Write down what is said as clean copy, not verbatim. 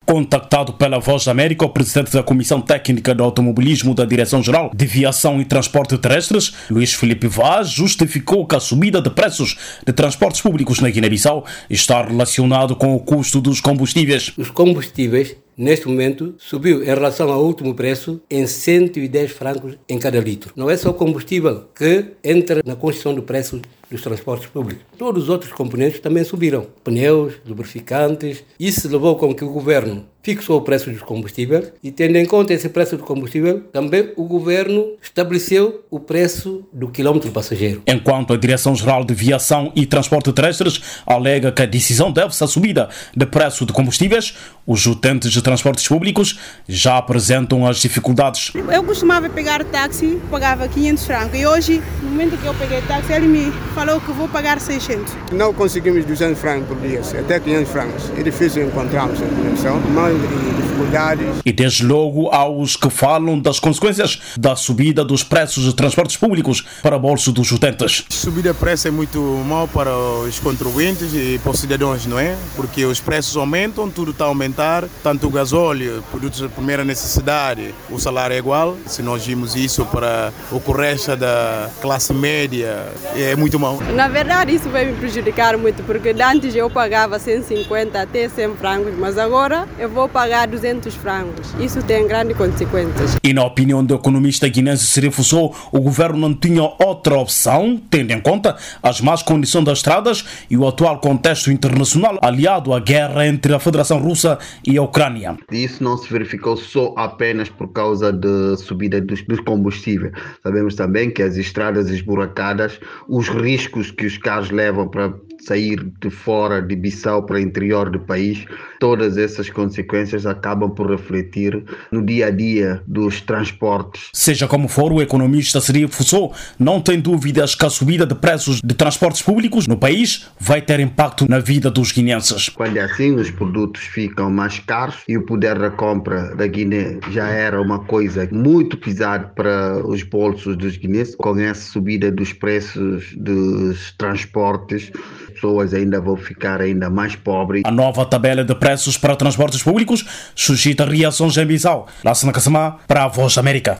Contactado pela Voz da América, o presidente da Comissão Técnica de Automobilismo da Direção-Geral de Viação e Transporte Terrestres, Luís Filipe Vaz, justificou que a subida de preços de transportes públicos na Guiné-Bissau está relacionado com o custo dos combustíveis. Os combustíveis, neste momento, subiu em relação ao último preço em 110 francos em cada litro. Não é só o combustível que entra na construção do preço dos transportes públicos. Todos os outros componentes também subiram. Pneus, lubrificantes. Isso levou com que o governo fixou o preço dos combustíveis e, tendo em conta esse preço do combustível, também o governo estabeleceu o preço do quilômetro passageiro. Enquanto a Direção-Geral de Viação e Transporte Terrestres alega que a decisão deve-se à subida de preço de combustíveis, os utentes de transportes públicos já apresentam as dificuldades. Eu costumava pegar táxi, pagava 500 francos e hoje, no momento que eu peguei táxi, ele me falou que vou pagar 600. Não conseguimos 200 francos por dia, até 500 francos. É difícil encontrarmos a dimensão, mas dificuldades. E desde logo aos que falam das consequências da subida dos preços de transportes públicos para o bolso dos utentes. Subida de preço é muito mal para os contribuintes e para os cidadãos, não é? Porque os preços aumentam, tudo está a aumentar, tanto o gasóleo, produtos de primeira necessidade, o salário é igual. Se nós vimos isso para o resto da classe média, é muito mal. Na verdade, isso vai me prejudicar muito, porque antes eu pagava 150 até 100 francos, mas agora eu vou pagar 200 francos. Isso tem grandes consequências. E na opinião do economista guinense Serifo Sow, o governo não tinha outra opção, tendo em conta as más condições das estradas e o atual contexto internacional aliado à guerra entre a Federação Russa e a Ucrânia. Isso não se verificou só apenas por causa da subida dos combustíveis. Sabemos também que as estradas esburacadas, os riscos que os carros levam para sair de fora de Bissau para o interior do país, todas essas consequências acabam por refletir no dia a dia dos transportes. Seja como for, o economista Serifo Sow não tem dúvidas que a subida de preços de transportes públicos no país vai ter impacto na vida dos guineenses. Quando é assim, os produtos ficam mais caros e o poder da compra da Guiné já era uma coisa muito pesada para os bolsos dos guineenses. Com essa subida dos preços dos transportes, pessoas ainda vão ficar ainda mais pobres. A nova tabela de preços para transportes públicos suscita reações em Bissau. Lassana Kassamá para a Voz da América.